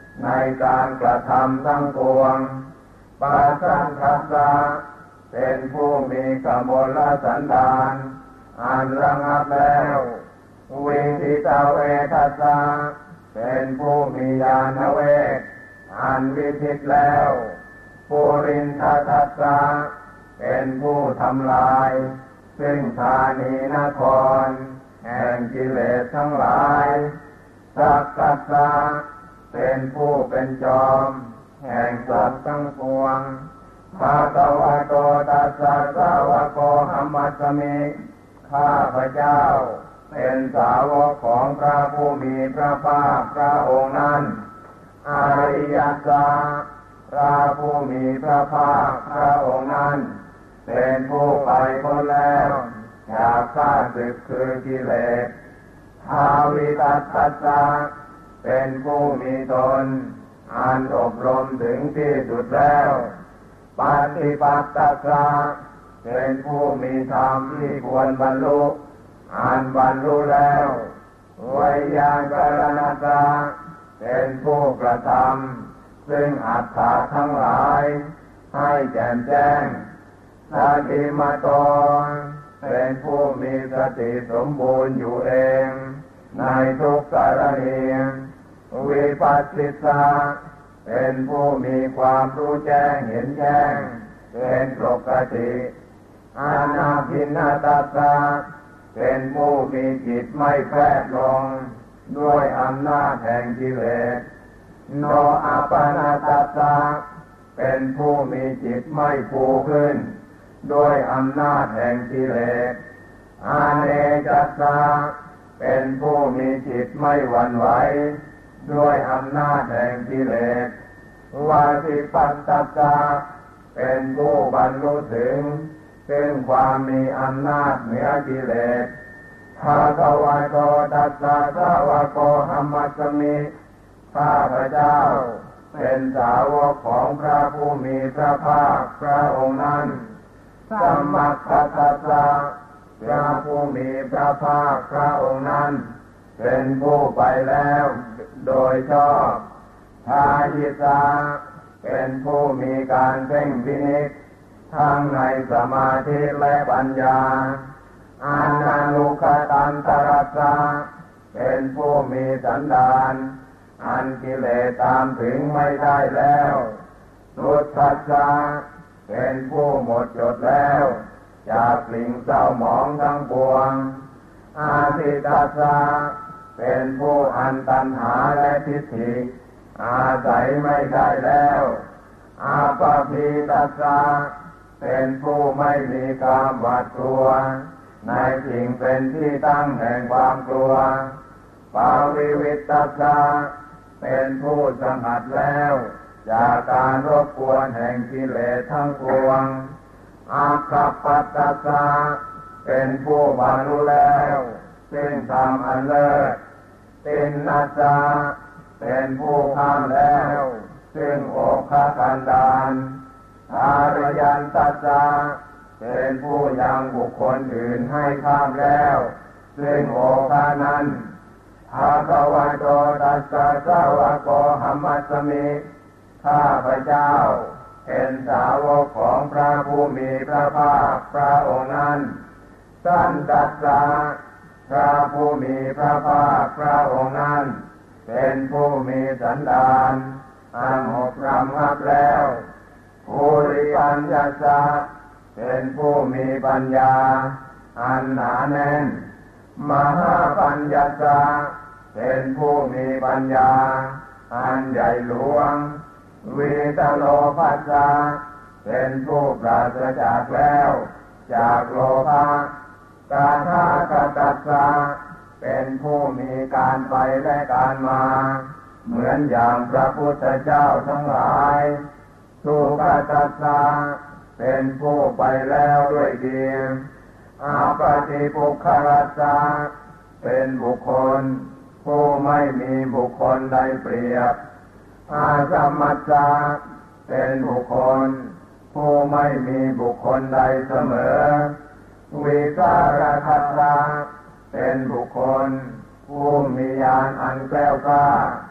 ในการกระทำทั้งปวงปัสสัทธัสสะเป็นผู้มีกมลสันดานอันระงับแล้ววิธิตเวทัสสะเป็นผู้มีญาณเวทอันวิทิตแล้วปุรินททัสสะเป็นผู้ทำลายซึ่งธานีนครแห่งกิเลสทั้งหลายสักกัสสะเป็นผู้เป็นจอมแห่งสัตว์ทั้งปวงภะคะวะโตตัสสะสาวะโกหัมมัสสมิข้าพเจ้าเป็นสาวกของพระผู้มีพระภาคพระองค์นั้นอริยสัจพระผู้มีพระภาคพระองค์นั้นเป็นผู้ไปพ้นแล้วจากข้าศึกคือกิเลสภาวิตัสสะเป็นผู้มีตนอันอบรมถึงที่สุดแล้วปฏิปัสสะเป็นผู้มีธรรมที่ควรบรรลุอันบรรลุแล้วไวยากรณะเป็นผู้กระทำซึ่งอัตถะทั้งหลายให้แจ่มแจ้งสัตถิมโตเป็นผู้มีสติสมบูรณ์อยู่เองในทุกกรณีวิปัสสิสะเป็นผู้มีความรู้แจ้งเห็นแจ้งเป็นปกติอานาภินาตัสสะเป็นผู้มีจิตไม่แคบลงด้วยอำนาจแห่งกิเลสโนอัปปนาตัสสะเป็นผู้มีจิตไม่ฟูขึ้นด้วยอำนาจแห่งกิเลสอาเนจัสสะเป็นผู้มีจิตไม่หวั่นไหวด้วยอำนาจแห่งกิเลสวาสิปัสสัสสะเป็นผู้บรรลุถึงซึ่งความมีอำนาจเหนือกิเลสภะคะวะโตตัสสะสาวะโกหัมมัสสมิข้าพเจ้าเป็นสาวกของพระผู้มีพระภาคพระองค์นั้นสัมมาสัทธัสสะพระผู้มีพระภาคพระองค์นั้นเป็นผู้ไปแล้วโดยชอบทายิสาเป็นผู้มีการเพ่งพินิจทั้งในสมาธิและปัญญาอานานุคตันตรัสสะเป็นผู้มีสันดานอันกิเลสตามถึงไม่ได้แล้วสุทัสสะเป็นผู้หมดจดแล้วจากสิ่งเศร้าหมองทั้งปวงอาทิตัสสะเป็นผู้อันตัณหาและทิฏฐิอาศัยไม่ได้แล้วอาปาพีตัสสะเป็นผู้ไม่มีความหวาดกลัวในสิ่งเป็นที่ตั้งแห่งความกลัวปาวิวิตตัสสะเป็นผู้สงัดแล้วจากการรบกวนแห่งกิเลสทั้งปวงอาคัปปัสสัสสะเป็นผู้บรรลุแล้วซึ่งธรรมอันเลิศตินนัสสะเป็นผู้ข้ามแล้วซึ่งโอคกันดานอารยันตัสสะเป็นผู้ยังบุคคลอื่นให้ข้ามแล้วซึ่งโอคานั้นภะคะวะโตตัสสะสาวะโกหัมมัสสมิข้าพเจ้าเป็นสาวกของพระผู้มีพระภาคพระองค์นั้นสันตัสสะพระผู้มีพระภาคพระองค์นั้นเป็นผู้มีสันดานอันอบรมรับแล้วภูริปัญญาสะเป็นผู้มีปัญญาอันหนาแน่นมหาปัญญาสะเป็นผู้มีปัญญาอันใหญ่หลวงวิตโลภัสสะเป็นผู้ปราศจากแล้วจากโลภะกาทาคตัสสะเป็นผู้มีการไปและการมาเหมือนอย่างพระพุทธเจ้าทั้งหลายสุขตัสสะเป็นผู้ไปแล้วด้วยดีอาปฏิปุคคลัสสะเป็นบุคคลผู้ไม่มีบุคคลใดเปรียบอาสัมมัสสะเป็นบุคคลผู้ไม่มีบุคคลใดเสมอวิสารทัสสะเป็นบุคคลผู้มีญาณอันแกล้วกล้า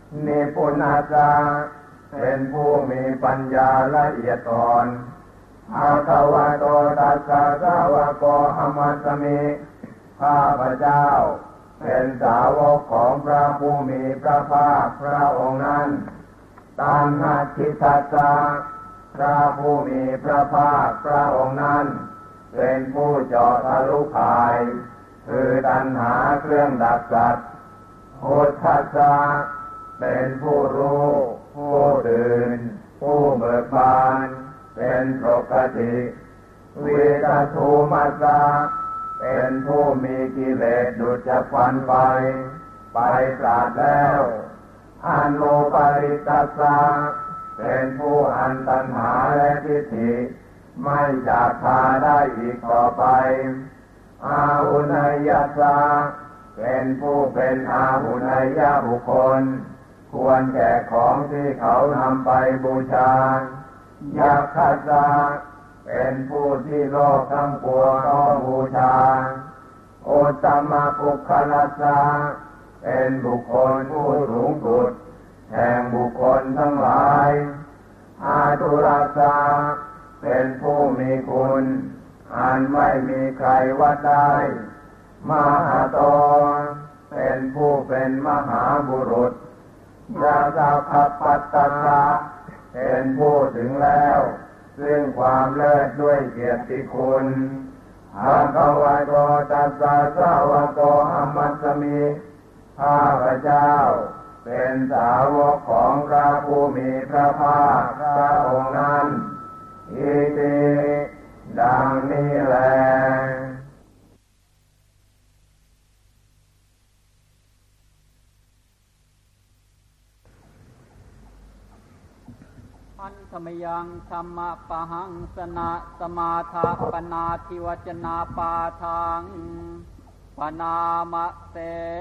นิปุนาจาเป็นผู้มีปัญญาละเอียดอ่อนภควโตตัสสะสาวกอมัสสมิข้าพเจ้าเป็นสาวกของพระผู้มีพระภาคพระองค์นั้นตัณหาทิฏฐัสสะพระผู้มีพระภาคพระองค์นั้นเป็นผู้เจาะทะลุภายคือตัณหาเครื่องดักสัตว์พุทธัสสะเป็นผู้รู้ผู้ตื่นผู้เบิกบานเป็นปกติวิตัสสุมัสสะเป็นผู้มีกิเลสดุจควันไฟไปปราดแล้วอนุปริตัสสะเป็นผู้อันตัณหาและทิฏฐิไม่จากพาได้อีกต่อไปอาหุนยัสสะเป็นผู้เป็นอาหุนยบุคคลควรแก่ของที่เขานำไปบูชายัคคัสสะเป็นผู้ที่โลกทั้งปวงต้องบูชาโอตตมปุคคลัสสะเป็นบุคคลผู้สูงสุดแห่งบุคคลทั้งหลายอาตุรัสสะเป็นผู้มีคุณอันไม่มีใครวัดได้มหาโตเป็นผู้เป็นมหาบุรุษยาสาภปัตตะเป็นผู้ถึงแล้วซึ่งความเลิศด้วยเกียรติคุณภควโตตัสสะสาวกอมัสสมิข้าพเจ้าเป็นสาวกของพระผู้มีพระภาคพระองค์นั้นอิติดังนี้แลอันธรรมยังธรรมะปะหังสนะสมาธาปนาทิวจนาปาทังปนามะเส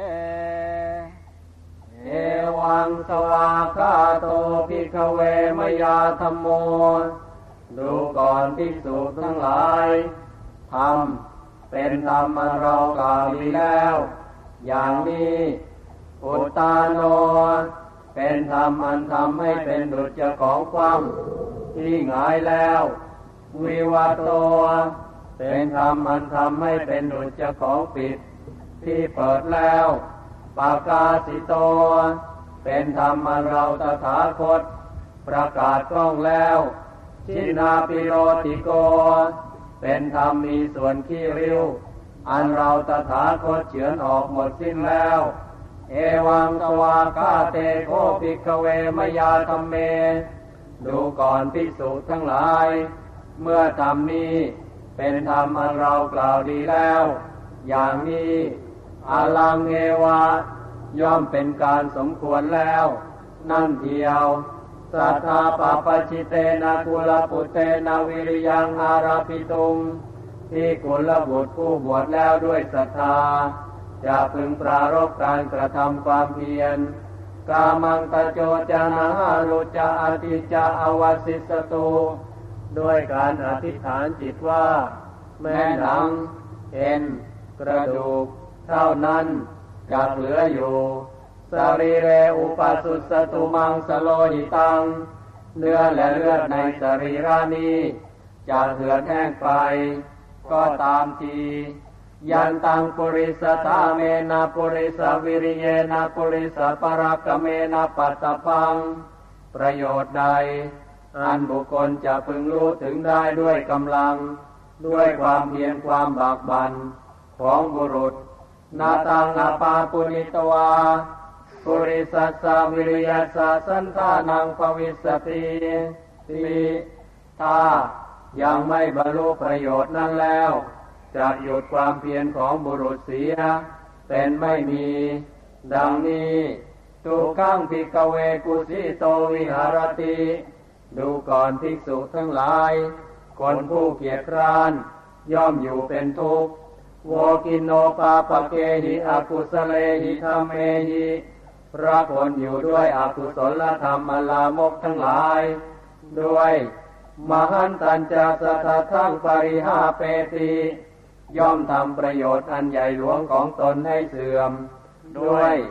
เอวังสวากขาโตภิกขเวมยาธัมโมดูก่อนภิกษุทั้งหลายธรรมเป็นธรรมอันเรากล่าวดีแล้วอย่างนี้อุตตาโนเป็นธรรมอันทำให้เป็นดุจเจ้าของความที่หงายแล้ววิวัตโตเป็นธรรมอันทำให้เป็นดุจเจ้าของปิดที่เปิดแล้วปากาสิโตเป็นธรรมอันเราตถาคตประกาศกล้องแล้วชินาปิโรติโกเป็นธรรมมีส่วนขี้ริ้วอันเราตถาคตเฉือนออกหมดสิ้นแล้วเอวังสวากาเตโกภิกขเวมยาธัมเมดูก่อนภิกษุทั้งหลายเมื่อธรรมนี้เป็นธรรมอันเรากล่าวดีแล้วอย่างนี้อาลังเอวะย่อมเป็นการสมควรแล้วนั่นเดียวสัทธาปปชิเตนะกุลปุเตนะวิริยังอาราภิตุงที่กุลบุตรผู้บวชแล้วด้วยศรัทธาจะพึงปรารภการกระทำความเพียรกามังตโจจนะหารุจาอติจาอวสิสตุด้วยการอธิษฐานจิตว่าแม้หนังเอ็นกระดูกเท่านั้นจะเหลืออยู่สรีเรอุปสุสตุมังสโลหิตังเนื้อและเลือดในสรีระนี้จะเหือดแห้งไปก็ตามทียันตังปุริสตาเมนะปุริสวิริเยนะปุริสปรากเมนะปัสสะพังประโยชน์ใดอันบุคคลจะพึงรู้ถึงได้ด้วยกำลังด้วยความเพียรความบากบั่นของบุรุษนาตังอาปาปุนิตวาปุริสัสสะวิริยัสสะสันทานังภวิสสติถ้ายังไม่บรรลุประโยชน์นั้นแล้วจะหยุดความเพียรของบุรุษเสียเป็นไม่มีดังนี้ทุกขังภิกขเวกุสิโตวิหารติดูก่อนภิกษุทั้งหลายคนผู้เกียจคร้านย่อมอยู่เป็นทุกข์โวกินโนปาปเกหิอกุสเลหิธัมเมหิพระคนอยู่ด้วยอกุศลธรรมอลามกทั้งหลายด้วยมหันตัญจสัทธังปริหาเปติย่อมทำประโยชน์อันใหญ่หลวงของตนให้เสื่อมด้วย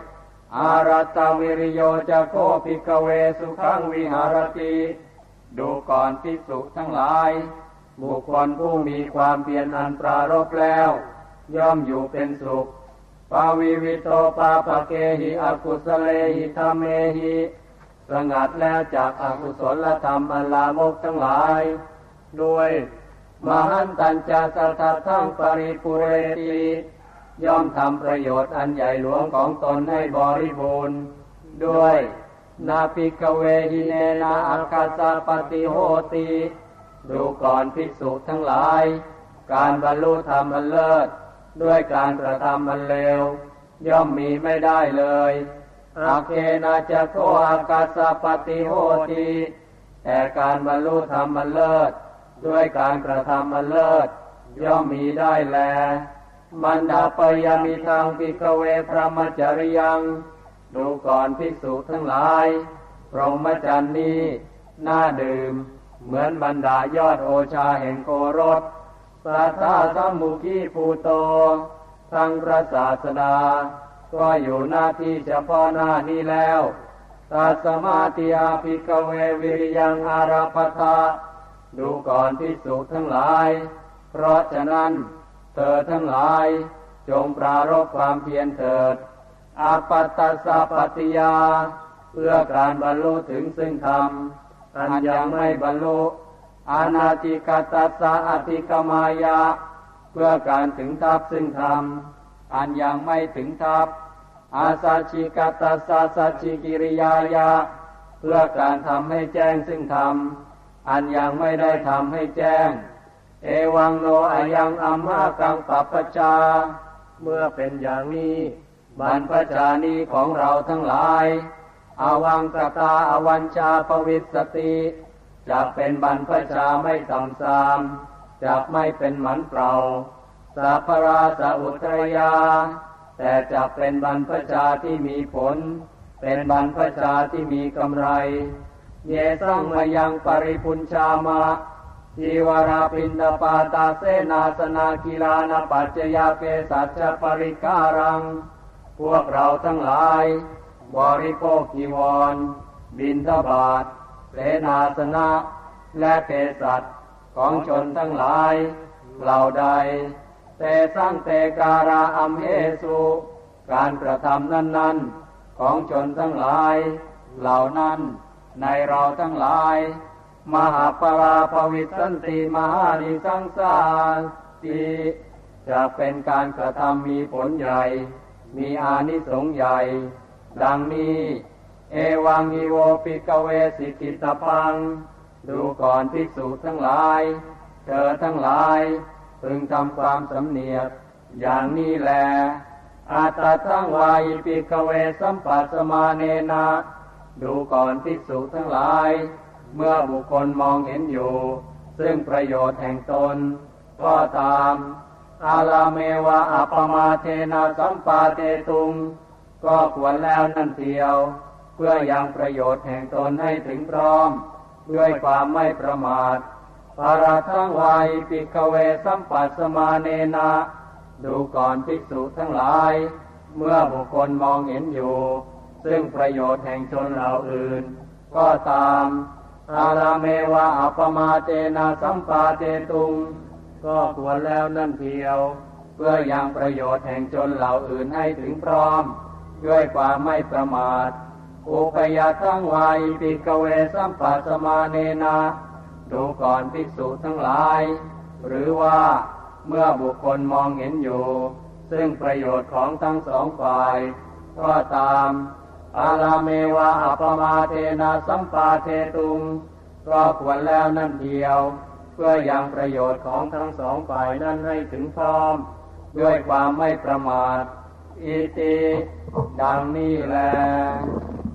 อารัตตวิริโยจะโคภิกขเวสุขังวิหารติดูก่อนภิกษุทั้งหลายบุคคลผู้มีความเพียรอันปรารภแล้วย่อมอยู่เป็นสุขปาวิวิโตปาปะเกหิอกุสเลหิธรรมเมหิสงัดแล้วจากอกุศลธรรมอันลามกทั้งหลายด้วยมหันตัญจสัทธะทั้งปริปุเรติย่อมทำประโยชน์อันใหญ่หลวงของตนให้บริบูรณ์ด้วยนาภิกขเวหิเนนะอัคคสะปฏิโหติดูก่อนภิกษุทั้งหลายการบรรลุธรรมอันเลิศด้วยการกระทำอันเลวย่อมมีไม่ได้เลยอาเคนาจะโกอาคาสะปฏิโหติแต่การบรรลุธรรมอันเลิศด้วยการกระทำอันเลิศย่อมมีได้แลมันดาปยามิทางภิกขเวพรหมจริยังดูก่อนภิกษุทั้งหลายพรหมจรรย์นี้น่าดื่มเหมือนบรรดายอดโอชาแห่งโกรสสัทธาสัมมุขีภูโตทั้งพระศาสดาก็อยู่หน้าที่เฉพาะหน้านี้แล้วตัสมาติอาภิกขเววิริยังอาราภทะดูก่อนภิกษุทั้งหลายเพราะฉะนั้นเธอทั้งหลายจงปรารภความเพียรเถิดอาปัตตสัพปติยาเพื่อการบรรลุถึงซึ่งธรรมอันยังไม่บรรลุอานาติกตัสสะอธิกมายะเพื่อการถึงทัพซึ่งธรรมอันยังไม่ถึงทัพอาสัจฉิกตัสสะสัจฉิกิริยายะเพื่อการทำให้แจ้งซึ่งธรรมอันยังไม่ได้ทำให้แจ้งเอวังโนอายังอัมหากังปัปปชาเมื่อเป็นอย่างนี้บรรพชานีของเราทั้งหลายอวังกตาอวัญชาปวิสสติจะเป็นบรรพชาไม่ต่ำทรามจะไม่เป็นหมันเปล่าสัพพราสอุตรยาแต่จะเป็นบรรพชาที่มีผลเป็นบรรพชาที่มีกำไรเยสังมยังปริพุญชามะจีวราปินดาปาตาเสนาสนากีฬานปัจจยาเปสัจจปริการังพวกเราทั้งหลายบริโภคจีวรบิณฑบาตเสนาสนะและเภสัชของชนทั้งหลายเหล่าใดเตสังเตการาอัมเหสุการกระทำนั้นๆของชนทั้งหลายเหล่านั้นในเราทั้งหลายมหาปราภวิสันติมหานิสังสาติจะเป็นการกระทำมีผลใหญ่มีอานิสงส์ใหญ่ดังนี้เอวังหิโวภิกขเวสิกิตปังดูก่อนภิกษุทั้งหลายเธอทั้งหลายพึงทำความสำเนียกอย่างนี้แลอัตถังวายิภิกขเวสัมปัสสมาเนนะดูก่อนภิกษุทั้งหลายเมื่อบุคคลมองเห็นอยู่ซึ่งประโยชน์แห่งตนก็ตามอาลาเมวะอัปปมาเทนะสัมปาเตตุงก็ควรแล้วนั่นเทียวเพื่อยังประโยชน์แห่งตนให้ถึงพร้อมด้วยความไม่ประมาทปาราทังวายิภิกขเวสัมปัสสมาเนนะดูก่อนภิกษุทั้งหลายเมื่อบุคคลมองเห็นอยู่ซึ่งประโยชน์แห่งชนเหล่าอื่นก็ตามอาลาเมวะอัปปมาเตนะสัมปาเตตุงก็ควรแล้วนั่นเทียวเพื่อยังประโยชน์แห่งชนเหล่าอื่นให้ถึงพร้อมด้วยความไม่ประมาทอุปยาทังวายิภิกขเวสัมปัสสมาเนนะดูก่อนภิกษุทั้งหลายหรือว่าเมื่อบุคคลมองเห็นอยู่ซึ่งประโยชน์ของทั้งสองฝ่ายก็ตามอาลาเมวะอัปปมาเทนะสัมปาเทตุงก็ควรแล้วนั่นเดียวเพื่อยังประโยชน์ของทั้งสองฝ่ายนั้นให้ถึงพร้อมด้วยความไม่ประมาทอิติดังนี้แล